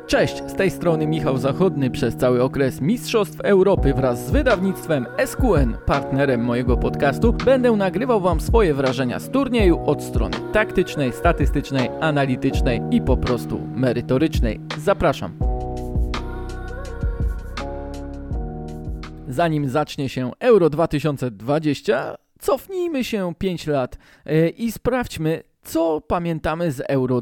Cześć, z tej strony Michał Zachodny. Przez cały okres Mistrzostw Europy wraz z wydawnictwem SQN, partnerem mojego podcastu, będę nagrywał Wam swoje wrażenia z turnieju od strony taktycznej, statystycznej, analitycznej i po prostu merytorycznej. Zapraszam. Zanim zacznie się Euro 2020, cofnijmy się 5 lat i sprawdźmy, co pamiętamy z Euro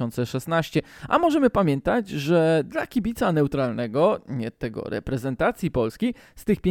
2016. A możemy pamiętać, że dla kibica neutralnego, nie tego reprezentacji Polski, z tych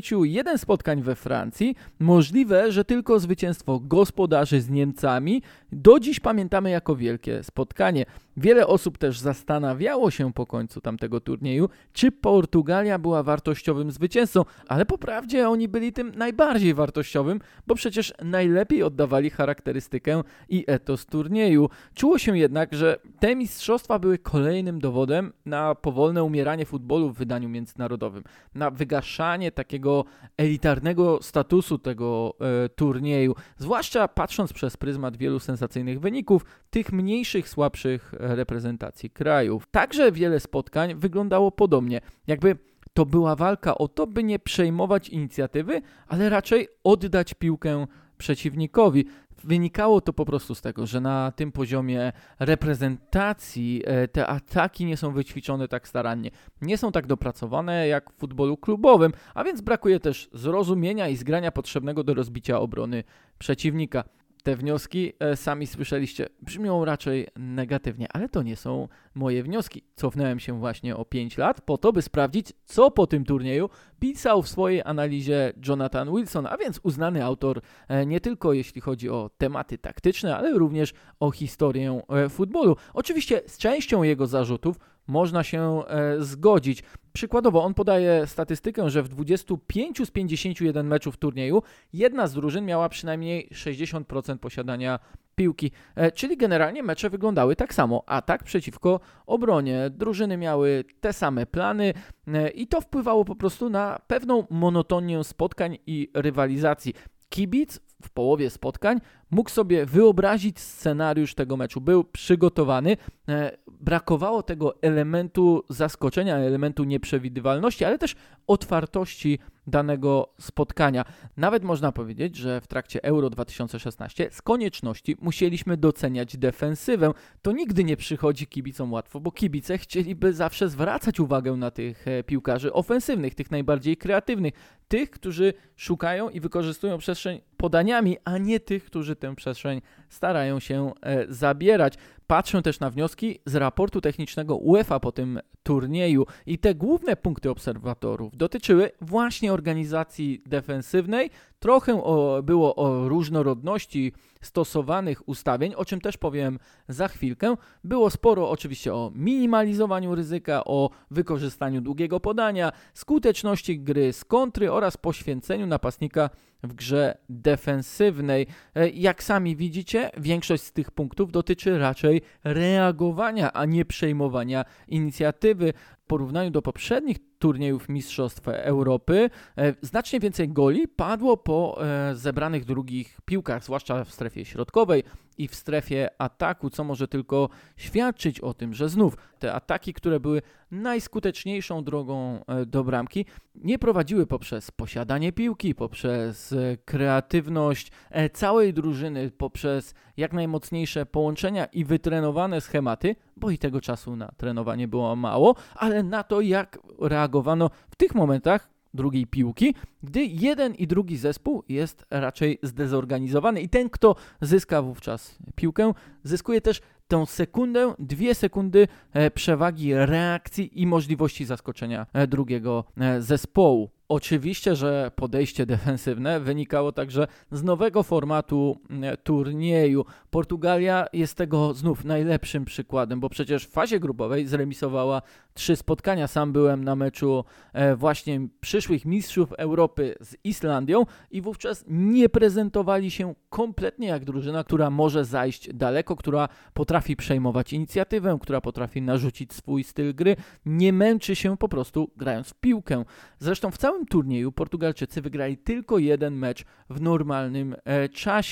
51 spotkań we Francji, możliwe, że tylko zwycięstwo gospodarzy z Niemcami do dziś pamiętamy jako wielkie spotkanie. Wiele osób też zastanawiało się po końcu tamtego turnieju, czy Portugalia była wartościowym zwycięzcą, ale po prawdzie oni byli tym najbardziej wartościowym, bo przecież najlepiej oddawali charakterystykę i etos turnieju. Czuło się jednak, że te mistrzostwa były kolejnym dowodem na powolne umieranie futbolu w wydaniu międzynarodowym, na wygaszanie takiego elitarnego statusu tego turnieju, zwłaszcza patrząc przez pryzmat wielu sensacyjnych wyników, tych mniejszych, słabszych reprezentacji krajów. Także wiele spotkań wyglądało podobnie, jakby to była walka o to, by nie przejmować inicjatywy, ale raczej oddać piłkę przeciwnikowi. Wynikało to po prostu z tego, że na tym poziomie reprezentacji te ataki nie są wyćwiczone tak starannie, nie są tak dopracowane jak w futbolu klubowym, a więc brakuje też zrozumienia i zgrania potrzebnego do rozbicia obrony przeciwnika. Te wnioski, sami słyszeliście, brzmią raczej negatywnie, ale to nie są moje wnioski. Cofnąłem się właśnie o 5 lat po to, by sprawdzić, co po tym turnieju pisał w swojej analizie Jonathan Wilson, a więc uznany autor nie tylko jeśli chodzi o tematy taktyczne, ale również o historię futbolu. Oczywiście z częścią jego zarzutów można się zgodzić. Przykładowo on podaje statystykę, że w 25 z 51 meczów turnieju jedna z drużyn miała przynajmniej 60% posiadania piłki, czyli generalnie mecze wyglądały tak samo, atak przeciwko obronie. Drużyny miały te same plany i to wpływało po prostu na pewną monotonię spotkań i rywalizacji. Kibic w połowie spotkań mógł sobie wyobrazić scenariusz tego meczu, był przygotowany, brakowało tego elementu zaskoczenia, elementu nieprzewidywalności, ale też otwartości danego spotkania. Nawet można powiedzieć, że w trakcie Euro 2016 z konieczności musieliśmy doceniać defensywę. To nigdy nie przychodzi kibicom łatwo, bo kibice chcieliby zawsze zwracać uwagę na tych piłkarzy ofensywnych, tych najbardziej kreatywnych, tych, którzy szukają i wykorzystują przestrzeń podaniami, a nie tych, którzy tę przestrzeń starają się zabierać. Patrzę też na wnioski z raportu technicznego UEFA po tym turnieju i te główne punkty obserwatorów dotyczyły właśnie organizacji defensywnej. Trochę było o różnorodności stosowanych ustawień, o czym też powiem za chwilkę. Było sporo oczywiście o minimalizowaniu ryzyka, o wykorzystaniu długiego podania, skuteczności gry z kontry oraz poświęceniu napastnika w grze defensywnej. Jak sami widzicie, większość z tych punktów dotyczy raczej reagowania, a nie przejmowania inicjatywy. W porównaniu do poprzednich turniejów Mistrzostw Europy znacznie więcej goli padło po zebranych drugich piłkach, zwłaszcza w strefie środkowej i w strefie ataku, co może tylko świadczyć o tym, że znów te ataki, które były najskuteczniejszą drogą do bramki, nie prowadziły poprzez posiadanie piłki, poprzez kreatywność całej drużyny, poprzez jak najmocniejsze połączenia i wytrenowane schematy, bo i tego czasu na trenowanie było mało, ale na to, jak reagowano w tych momentach drugiej piłki, gdy jeden i drugi zespół jest raczej zdezorganizowany i ten, kto zyska wówczas piłkę, zyskuje też tę sekundę, 2 sekundy przewagi reakcji i możliwości zaskoczenia drugiego zespołu. Oczywiście, że podejście defensywne wynikało także z nowego formatu turnieju. Portugalia jest tego znów najlepszym przykładem, bo przecież w fazie grupowej zremisowała 3 spotkania. Sam byłem na meczu właśnie przyszłych mistrzów Europy z Islandią i wówczas nie prezentowali się kompletnie jak drużyna, która może zajść daleko, która potrafi przejmować inicjatywę, która potrafi narzucić swój styl gry, nie męczy się po prostu grając w piłkę. Zresztą w całym turnieju Portugalczycy wygrali tylko jeden mecz w normalnym czasie.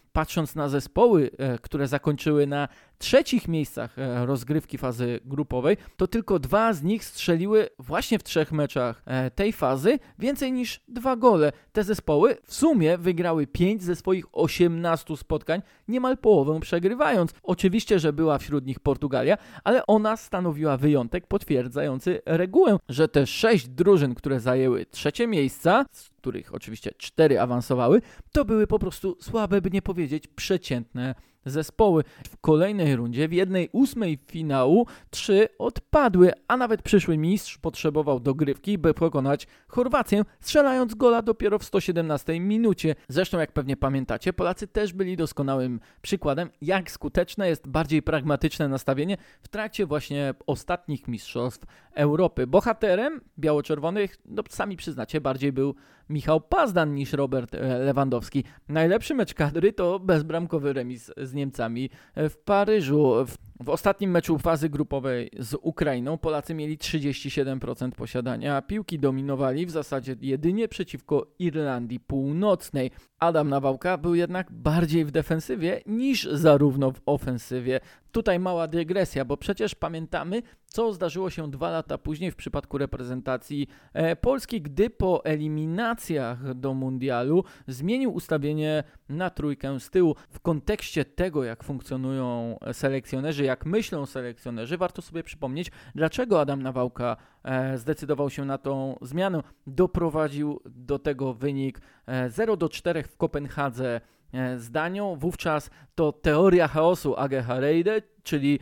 patrząc na zespoły, które zakończyły na trzecich miejscach rozgrywki fazy grupowej, to tylko 2 z nich strzeliły właśnie w 3 meczach tej fazy więcej niż 2 gole. Te zespoły w sumie wygrały 5 ze swoich 18 spotkań, niemal połowę przegrywając. Oczywiście, że była wśród nich Portugalia, ale ona stanowiła wyjątek potwierdzający regułę, że te 6 drużyn, które zajęły trzecie miejsca, z których oczywiście 4 awansowały, to były po prostu słabe, by nie powiedzieć przeciętne zespoły. W kolejnej rundzie, w 1/8 finału 3 odpadły, a nawet przyszły mistrz potrzebował dogrywki, by pokonać Chorwację, strzelając gola dopiero w 117 minucie. Zresztą, jak pewnie pamiętacie, Polacy też byli doskonałym przykładem, jak skuteczne jest bardziej pragmatyczne nastawienie w trakcie właśnie ostatnich mistrzostw Europy. Bohaterem biało-czerwonych, sami przyznacie, bardziej był Michał Pazdan niż Robert Lewandowski. Najlepszy mecz kadry to bezbramkowy remis z Niemcami w Paryżu. W ostatnim meczu fazy grupowej z Ukrainą Polacy mieli 37% posiadania piłki, dominowali w zasadzie jedynie przeciwko Irlandii Północnej. Adam Nawałka był jednak bardziej w defensywie niż zarówno w ofensywie. Tutaj mała dygresja, bo przecież pamiętamy, co zdarzyło się 2 lata później w przypadku reprezentacji Polski, gdy po eliminacjach do mundialu zmienił ustawienie na trójkę z tyłu. W kontekście tego, jak funkcjonują selekcjonerzy, jak myślą selekcjonerzy, warto sobie przypomnieć, dlaczego Adam Nawałka zdecydował się na tą zmianę. Doprowadził do tego wynik 0-4 w Kopenhadze z Danią. Wówczas to teoria chaosu AG Hareide, czyli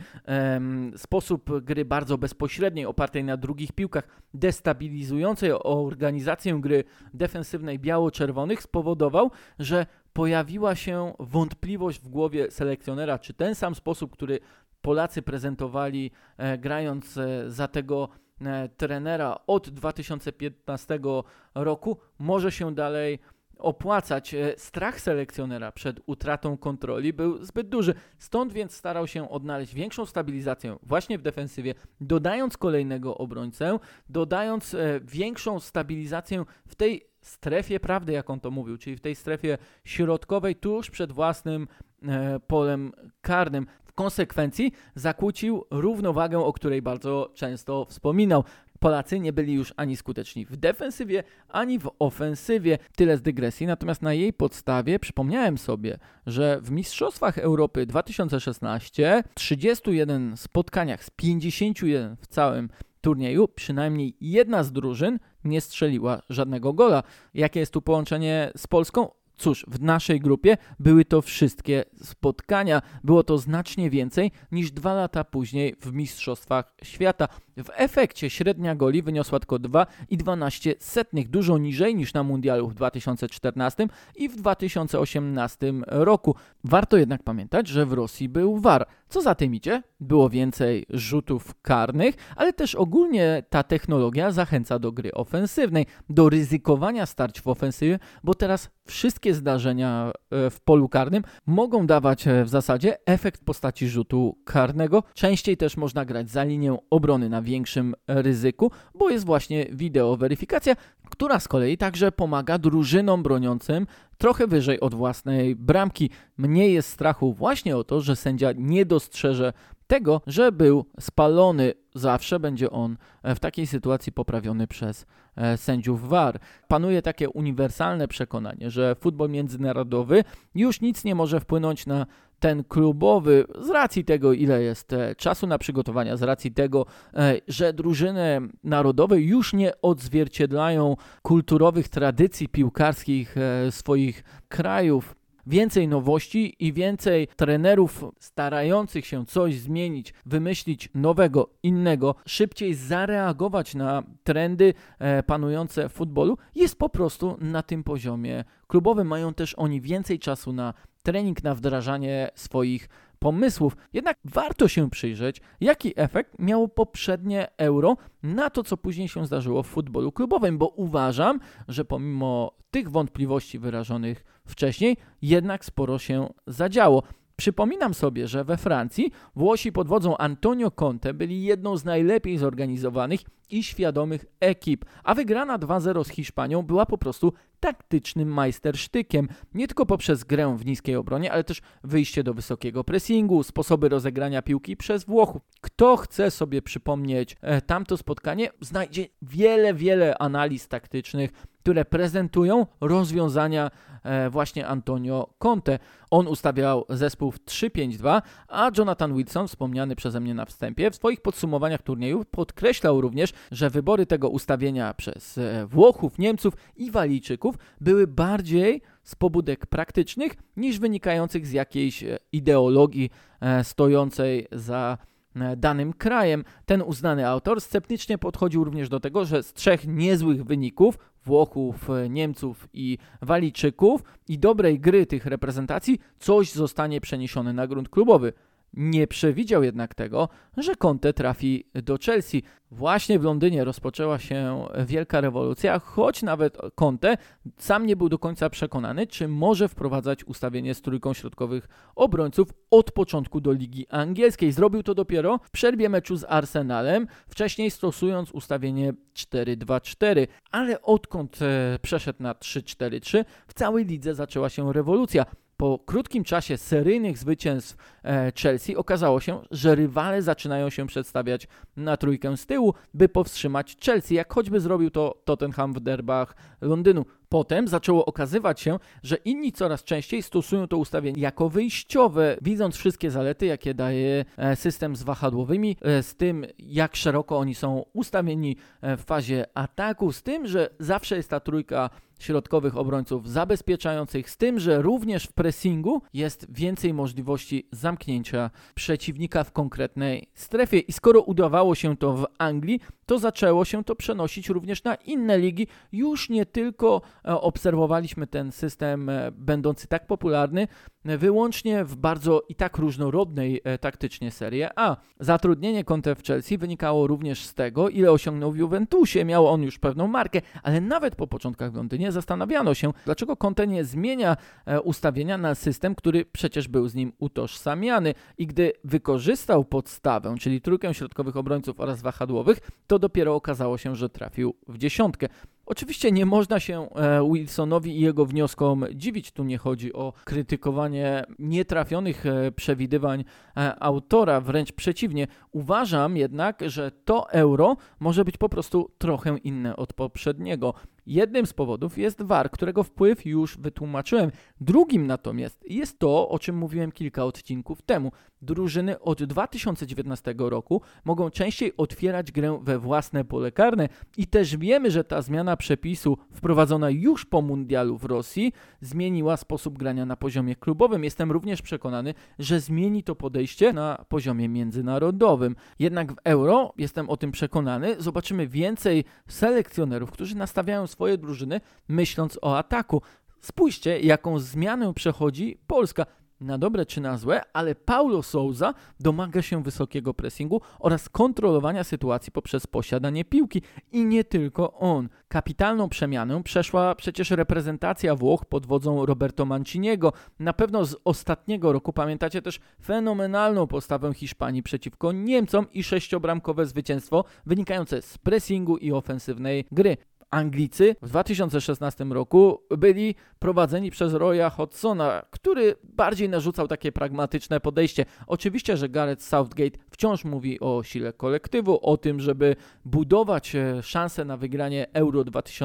sposób gry bardzo bezpośredniej, opartej na długich piłkach, destabilizującej organizację gry defensywnej biało-czerwonych, spowodował, że pojawiła się wątpliwość w głowie selekcjonera, czy ten sam sposób, który Polacy prezentowali grając za tego trenera od 2015 roku, może się dalej opłacać. Strach selekcjonera przed utratą kontroli był zbyt duży. Stąd więc starał się odnaleźć większą stabilizację właśnie w defensywie, dodając kolejnego obrońcę, dodając większą stabilizację w tej strefie prawdy, jak on to mówił, czyli w tej strefie środkowej, tuż przed własnym polem karnym. W konsekwencji zakłócił równowagę, o której bardzo często wspominał. Polacy nie byli już ani skuteczni w defensywie, ani w ofensywie. Tyle z dygresji, natomiast na jej podstawie przypomniałem sobie, że w Mistrzostwach Europy 2016 w 31 spotkaniach z 51 w całym turnieju przynajmniej jedna z drużyn nie strzeliła żadnego gola. Jakie jest tu połączenie z Polską? Cóż, w naszej grupie były to wszystkie spotkania. Było to znacznie więcej niż 2 lata później w Mistrzostwach Świata. W efekcie średnia goli wyniosła tylko 2,12, dużo niżej niż na mundialu w 2014 i w 2018 roku. Warto jednak pamiętać, że w Rosji był VAR. Co za tym idzie? Było więcej rzutów karnych, ale też ogólnie ta technologia zachęca do gry ofensywnej, do ryzykowania starć w ofensywie, bo teraz wszystkie zdarzenia w polu karnym mogą dawać w zasadzie efekt w postaci rzutu karnego. Częściej też można grać za linię obrony na większym ryzyku, bo jest właśnie wideoweryfikacja, która z kolei także pomaga drużynom broniącym trochę wyżej od własnej bramki. Mniej jest strachu właśnie o to, że sędzia nie dostrzeże tego, że był spalony. Zawsze będzie on w takiej sytuacji poprawiony przez sędziów VAR. Panuje takie uniwersalne przekonanie, że futbol międzynarodowy już nic nie może wpłynąć na ten klubowy z racji tego, ile jest czasu na przygotowania, z racji tego, że drużyny narodowe już nie odzwierciedlają kulturowych tradycji piłkarskich swoich krajów. Więcej nowości i więcej trenerów starających się coś zmienić, wymyślić nowego, innego, szybciej zareagować na trendy panujące w futbolu, jest po prostu na tym poziomie klubowym. Mają też oni więcej czasu na trening, na wdrażanie swoich pomysłów. Jednak warto się przyjrzeć, jaki efekt miało poprzednie Euro na to, co później się zdarzyło w futbolu klubowym, bo uważam, że pomimo tych wątpliwości wyrażonych wcześniej, jednak sporo się zadziało. Przypominam sobie, że we Francji Włosi pod wodzą Antonio Conte byli jedną z najlepiej zorganizowanych i świadomych ekip, a wygrana 2-0 z Hiszpanią była po prostu taktycznym majstersztykiem. Nie tylko poprzez grę w niskiej obronie, ale też wyjście do wysokiego pressingu, sposoby rozegrania piłki przez Włochów. Kto chce sobie przypomnieć tamto spotkanie, znajdzie wiele analiz taktycznych, które prezentują rozwiązania właśnie Antonio Conte. On ustawiał zespół w 3-5-2, a Jonathan Wilson, wspomniany przeze mnie na wstępie, w swoich podsumowaniach turnieju podkreślał również, że wybory tego ustawienia przez Włochów, Niemców i Walijczyków były bardziej z pobudek praktycznych niż wynikających z jakiejś ideologii stojącej za danym krajem. Ten uznany autor sceptycznie podchodził również do tego, że z 3 niezłych wyników Włochów, Niemców i Walijczyków i dobrej gry tych reprezentacji coś zostanie przeniesione na grunt klubowy. Nie przewidział jednak tego, że Conte trafi do Chelsea. Właśnie w Londynie rozpoczęła się wielka rewolucja, choć nawet Conte sam nie był do końca przekonany, czy może wprowadzać ustawienie z trójką środkowych obrońców od początku do Ligi Angielskiej. Zrobił to dopiero w przerwie meczu z Arsenalem, wcześniej stosując ustawienie 4-2-4, ale odkąd przeszedł na 3-4-3, w całej lidze zaczęła się rewolucja. Po krótkim czasie seryjnych zwycięstw Chelsea okazało się, że rywale zaczynają się przedstawiać na trójkę z tyłu, by powstrzymać Chelsea, jak choćby zrobił to Tottenham w derbach Londynu. Potem zaczęło okazywać się, że inni coraz częściej stosują to ustawienie jako wyjściowe, widząc wszystkie zalety, jakie daje system z wahadłowymi, z tym, jak szeroko oni są ustawieni w fazie ataku, z tym, że zawsze jest ta trójka środkowych obrońców zabezpieczających, z tym, że również w pressingu jest więcej możliwości zamknięcia przeciwnika w konkretnej strefie. I skoro udawało się to w Anglii, to zaczęło się to przenosić również na inne ligi. Już nie tylko obserwowaliśmy ten system będący tak popularny wyłącznie w bardzo i tak różnorodnej taktycznie Serie A. Zatrudnienie Conte w Chelsea wynikało również z tego, ile osiągnął w Juventusie. Miał on już pewną markę, ale nawet po początkach w Londynie zastanawiano się, dlaczego Conte nie zmienia ustawienia na system, który przecież był z nim utożsamiany. I gdy wykorzystał podstawę, czyli trójkę środkowych obrońców oraz wahadłowych, to dopiero okazało się, że trafił w dziesiątkę. Oczywiście nie można się Wilsonowi i jego wnioskom dziwić. Tu nie chodzi o krytykowanie nietrafionych przewidywań autora, wręcz przeciwnie. Uważam jednak, że to Euro może być po prostu trochę inne od poprzedniego. Jednym z powodów jest VAR, którego wpływ już wytłumaczyłem. Drugim natomiast jest to, o czym mówiłem kilka odcinków temu. Drużyny od 2019 roku mogą częściej otwierać grę we własne pole karne i też wiemy, że ta zmiana przepisu wprowadzona już po mundialu w Rosji zmieniła sposób grania na poziomie klubowym. Jestem również przekonany, że zmieni to podejście na poziomie międzynarodowym. Jednak w Euro, jestem o tym przekonany, zobaczymy więcej selekcjonerów, którzy nastawiają swoje drużyny myśląc o ataku. Spójrzcie, jaką zmianę przechodzi Polska. Na dobre czy na złe, ale Paulo Sousa domaga się wysokiego pressingu oraz kontrolowania sytuacji poprzez posiadanie piłki. I nie tylko on. Kapitalną przemianę przeszła przecież reprezentacja Włoch pod wodzą Roberto Manciniego. Na pewno z ostatniego roku pamiętacie też fenomenalną postawę Hiszpanii przeciwko Niemcom i 6-bramkowe zwycięstwo wynikające z pressingu i ofensywnej gry. Anglicy w 2016 roku byli prowadzeni przez Roya Hodgsona, który bardziej narzucał takie pragmatyczne podejście. Oczywiście, że Gareth Southgate wciąż mówi o sile kolektywu, o tym, żeby budować szanse na wygranie Euro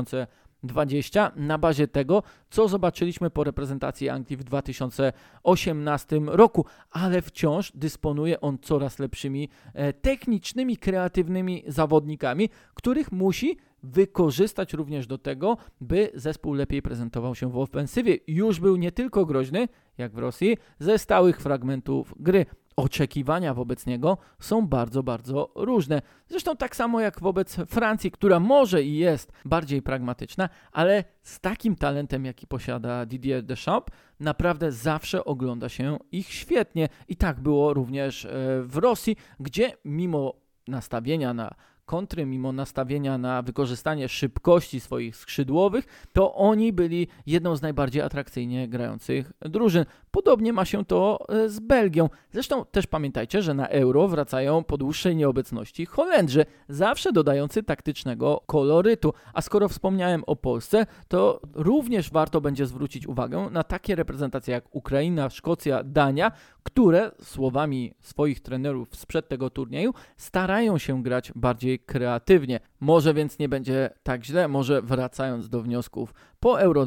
2020 na bazie tego, co zobaczyliśmy po reprezentacji Anglii w 2018 roku, ale wciąż dysponuje on coraz lepszymi technicznymi, kreatywnymi zawodnikami, których musi wykorzystać również do tego, by zespół lepiej prezentował się w ofensywie. Już był nie tylko groźny, jak w Rosji, ze stałych fragmentów gry. Oczekiwania wobec niego są bardzo różne. Zresztą tak samo jak wobec Francji, która może i jest bardziej pragmatyczna, ale z takim talentem, jaki posiada Didier Deschamps, naprawdę zawsze ogląda się ich świetnie. I tak było również w Rosji, gdzie mimo nastawienia na kontry, mimo nastawienia na wykorzystanie szybkości swoich skrzydłowych, to oni byli jedną z najbardziej atrakcyjnie grających drużyn. Podobnie ma się to z Belgią. Zresztą też pamiętajcie, że na euro wracają po dłuższej nieobecności Holendrzy, zawsze dodający taktycznego kolorytu. A skoro wspomniałem o Polsce, to również warto będzie zwrócić uwagę na takie reprezentacje jak Ukraina, Szkocja, Dania, które słowami swoich trenerów sprzed tego turnieju starają się grać bardziej kreatywnie. Może więc nie będzie tak źle, może wracając do wniosków, po Euro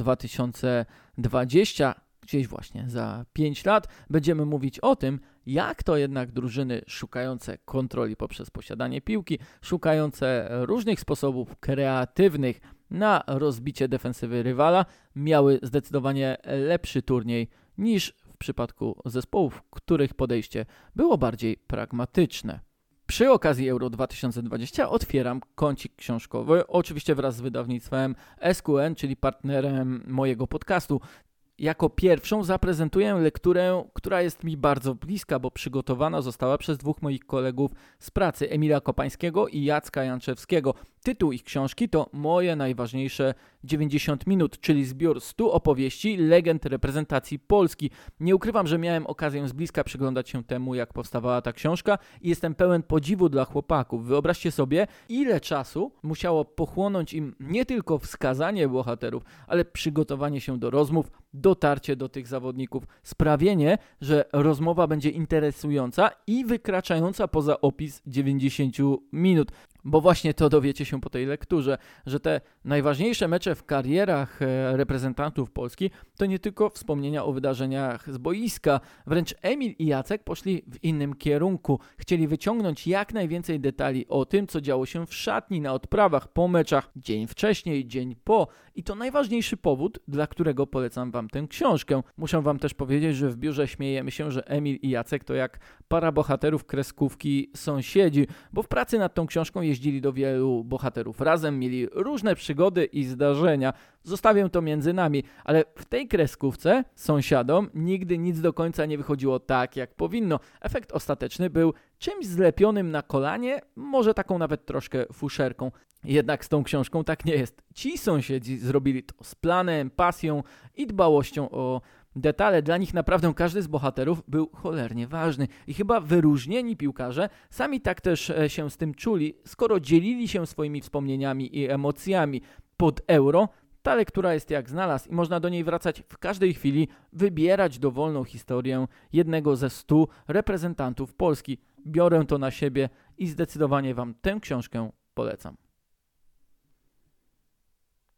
2020, gdzieś właśnie za 5 lat, będziemy mówić o tym, jak to jednak drużyny szukające kontroli poprzez posiadanie piłki, szukające różnych sposobów kreatywnych na rozbicie defensywy rywala, miały zdecydowanie lepszy turniej niż w przypadku zespołów, których podejście było bardziej pragmatyczne. Przy okazji Euro 2020 otwieram kącik książkowy, oczywiście wraz z wydawnictwem SQN, czyli partnerem mojego podcastu. Jako pierwszą zaprezentuję lekturę, która jest mi bardzo bliska, bo przygotowana została przez dwóch moich kolegów z pracy, Emila Kopańskiego i Jacka Janczewskiego. Tytuł ich książki to Moje najważniejsze 90 minut, czyli zbiór 100 opowieści legend reprezentacji Polski. Nie ukrywam, że miałem okazję z bliska przyglądać się temu, jak powstawała ta książka i jestem pełen podziwu dla chłopaków. Wyobraźcie sobie, ile czasu musiało pochłonąć im nie tylko wskazanie bohaterów, ale przygotowanie się do rozmów, dotarcie do tych zawodników, sprawienie, że rozmowa będzie interesująca i wykraczająca poza opis 90 minut. Bo właśnie to dowiecie się po tej lekturze, że te najważniejsze mecze w karierach reprezentantów Polski to nie tylko wspomnienia o wydarzeniach z boiska. Wręcz Emil i Jacek poszli w innym kierunku. Chcieli wyciągnąć jak najwięcej detali o tym, co działo się w szatni, na odprawach, po meczach, dzień wcześniej, dzień po. I to najważniejszy powód, dla którego polecam wam tę książkę. Muszę wam też powiedzieć, że w biurze śmiejemy się, że Emil i Jacek to jak para bohaterów kreskówki Sąsiedzi, bo w pracy nad tą książką jeździli do wielu bohaterów razem, mieli różne przygody i zdarzenia. Zostawię to między nami, ale w tej kreskówce sąsiadom nigdy nic do końca nie wychodziło tak, jak powinno. Efekt ostateczny był czymś zlepionym na kolanie, może taką nawet troszkę fuszerką. Jednak z tą książką tak nie jest. Ci sąsiedzi zrobili to z planem, pasją i dbałością o detale. Dla nich naprawdę każdy z bohaterów był cholernie ważny i chyba wyróżnieni piłkarze sami tak też się z tym czuli, skoro dzielili się swoimi wspomnieniami i emocjami. Pod Euro ta lektura jest jak znalazł i można do niej wracać w każdej chwili, wybierać dowolną historię jednego ze 100 reprezentantów Polski. Biorę to na siebie i zdecydowanie wam tę książkę polecam.